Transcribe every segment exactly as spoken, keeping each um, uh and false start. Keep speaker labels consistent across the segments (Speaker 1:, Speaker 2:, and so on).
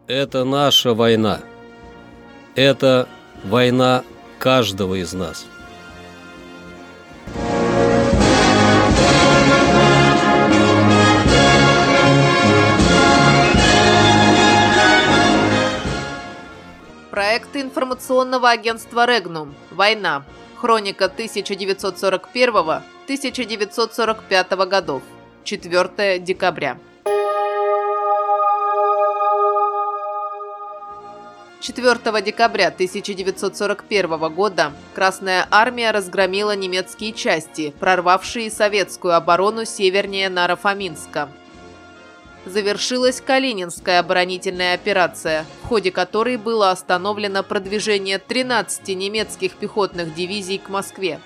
Speaker 1: Это наша война. Это война каждого из нас.
Speaker 2: Проект информационного агентства «Регнум. Война. Хроника тысяча девятьсот сорок первого — тысяча девятьсот сорок пятого годов. четвёртое декабря. четвёртого декабря тысяча девятьсот сорок первого года Красная Армия разгромила немецкие части, прорвавшие советскую оборону севернее Наро-Фоминска. Завершилась Калининская оборонительная операция, в ходе которой было остановлено продвижение тринадцати немецких пехотных дивизий к Москве.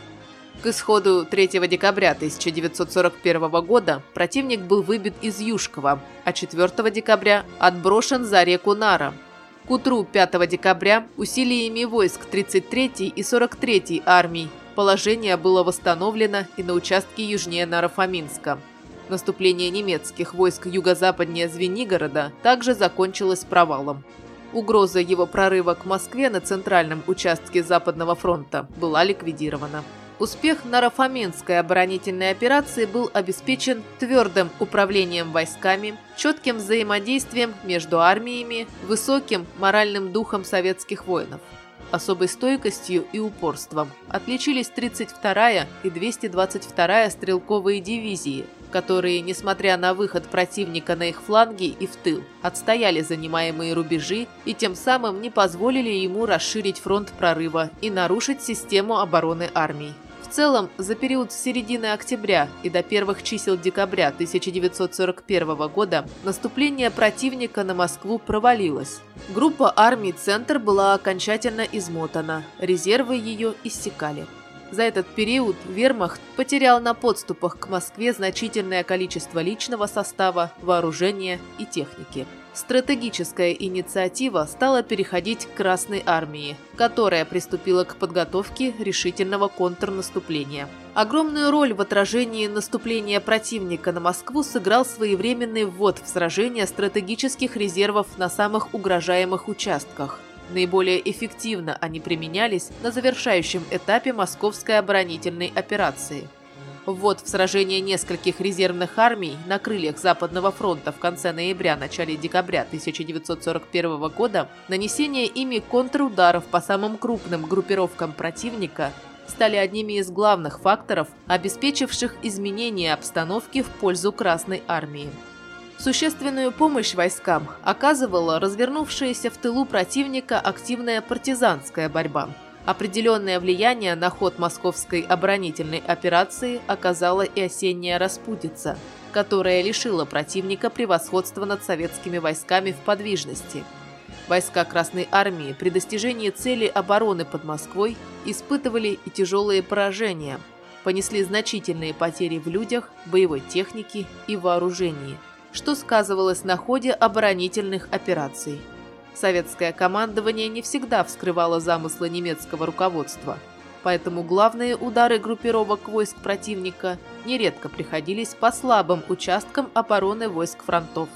Speaker 2: К исходу третьего декабря тысяча девятьсот сорок первого года противник был выбит из Юшкова, а четвёртого декабря отброшен за реку Нара. К утру пятого декабря усилиями войск тридцать третьей и сорок третьей армий положение было восстановлено и на участке южнее Наро-Фоминска. Наступление немецких войск юго-западнее Звенигорода также закончилось провалом. Угроза его прорыва к Москве на центральном участке Западного фронта была ликвидирована. Успех Наро-Фоминской оборонительной операции был обеспечен твердым управлением войсками, четким взаимодействием между армиями, высоким моральным духом советских воинов. Особой стойкостью и упорством отличились тридцать вторая и двести двадцать вторая стрелковые дивизии, которые, несмотря на выход противника на их фланги и в тыл, отстояли занимаемые рубежи и тем самым не позволили ему расширить фронт прорыва и нарушить систему обороны армий. В целом, за период с середины октября и до первых чисел декабря тысяча девятьсот сорок первого года наступление противника на Москву провалилось. Группа армий «Центр» была окончательно измотана, резервы ее иссякали. За этот период вермахт потерял на подступах к Москве значительное количество личного состава, вооружения и техники. Стратегическая инициатива стала переходить к Красной армии, которая приступила к подготовке решительного контрнаступления. Огромную роль в отражении наступления противника на Москву сыграл своевременный ввод в сражение стратегических резервов на самых угрожаемых участках. Наиболее эффективно они применялись на завершающем этапе Московской оборонительной операции. Ввод в сражение нескольких резервных армий на крыльях Западного фронта в конце ноября-начале декабря тысяча девятьсот сорок первого года, нанесение ими контрударов по самым крупным группировкам противника стали одними из главных факторов, обеспечивших изменение обстановки в пользу Красной армии. Существенную помощь войскам оказывала развернувшаяся в тылу противника активная партизанская борьба. Определенное влияние на ход московской оборонительной операции оказала и осенняя распутица, которая лишила противника превосходства над советскими войсками в подвижности. Войска Красной армии при достижении цели обороны под Москвой испытывали и тяжелые поражения, понесли значительные потери в людях, боевой технике и вооружении, что сказывалось на ходе оборонительных операций. Советское командование не всегда вскрывало замыслы немецкого руководства, поэтому главные удары группировок войск противника нередко приходились по слабым участкам обороны войск фронтов.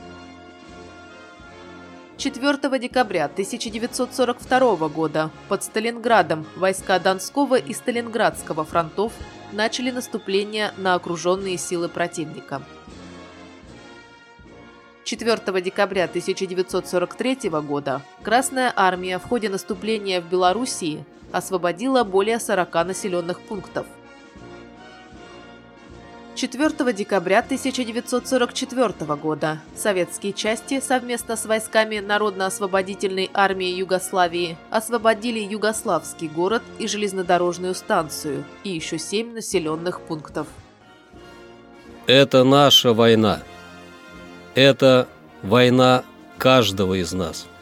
Speaker 2: четвёртого декабря тысяча девятьсот сорок второго года под Сталинградом войска Донского и Сталинградского фронтов начали наступление на окруженные силы противника. четвёртого декабря тысяча девятьсот сорок третьего года Красная армия в ходе наступления в Белоруссии освободила более сорока населенных пунктов. четвёртого декабря тысяча девятьсот сорок четвёртого года советские части совместно с войсками Народно-освободительной армии Югославии освободили Югославский город и железнодорожную станцию и еще семь населенных пунктов.
Speaker 1: Это наша война. Это война каждого из нас.